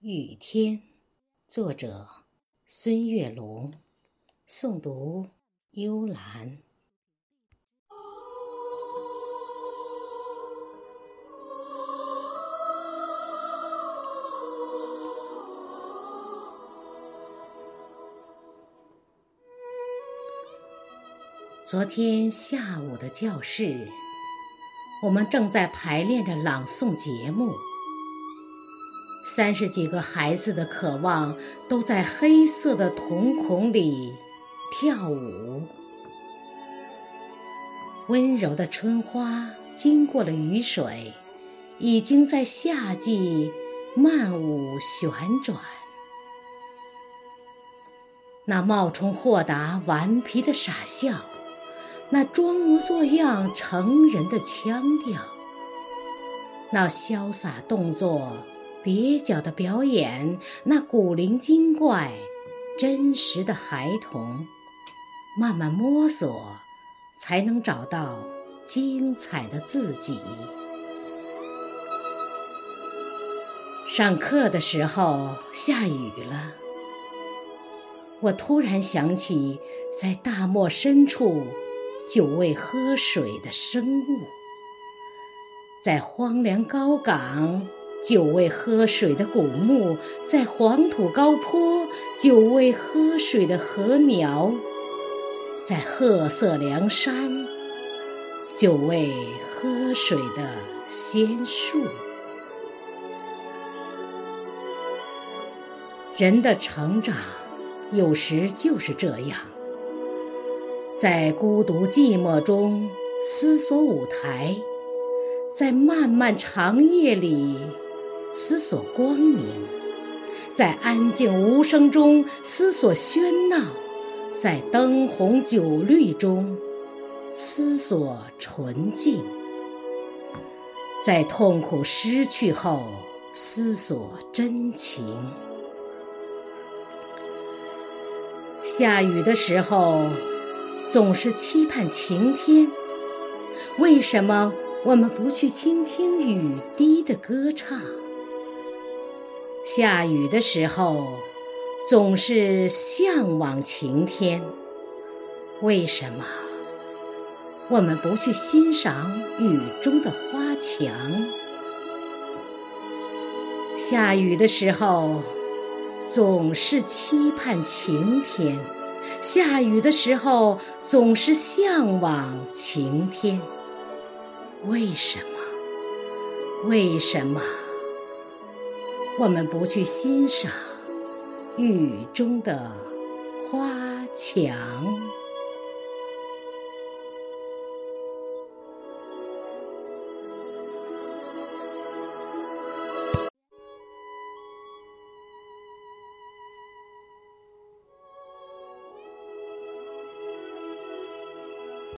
雨天，作者孙月龙，诵读幽兰。昨天下午的教室，我们正在排练着朗诵节目。30几个孩子的渴望都在黑色的瞳孔里跳舞。温柔的春花经过了雨水，已经在夏季漫舞旋转。那冒充豁达顽皮的傻笑，那装模作样成人的腔调，那潇洒动作蹩脚的表演，那古灵精怪真实的孩童，慢慢摸索才能找到精彩的自己。上课的时候下雨了，我突然想起在大漠深处久未喝水的生物，在荒凉高岗久未喝水的古木，在黄土高坡久未喝水的禾苗，在褐色梁山久未喝水的仙树。人的成长有时就是这样，在孤独寂寞中思索舞台，在漫漫长夜里思索光明，在安静无声中思索喧闹，在灯红酒绿中思索纯净，在痛苦失去后思索真情。下雨的时候总是期盼晴天，为什么我们不去倾听雨滴的歌唱？下雨的时候总是向往晴天，为什么我们不去欣赏雨中的花墙？下雨的时候总是期盼晴天，下雨的时候总是向往晴天，为什么我们不去欣赏雨中的花墙？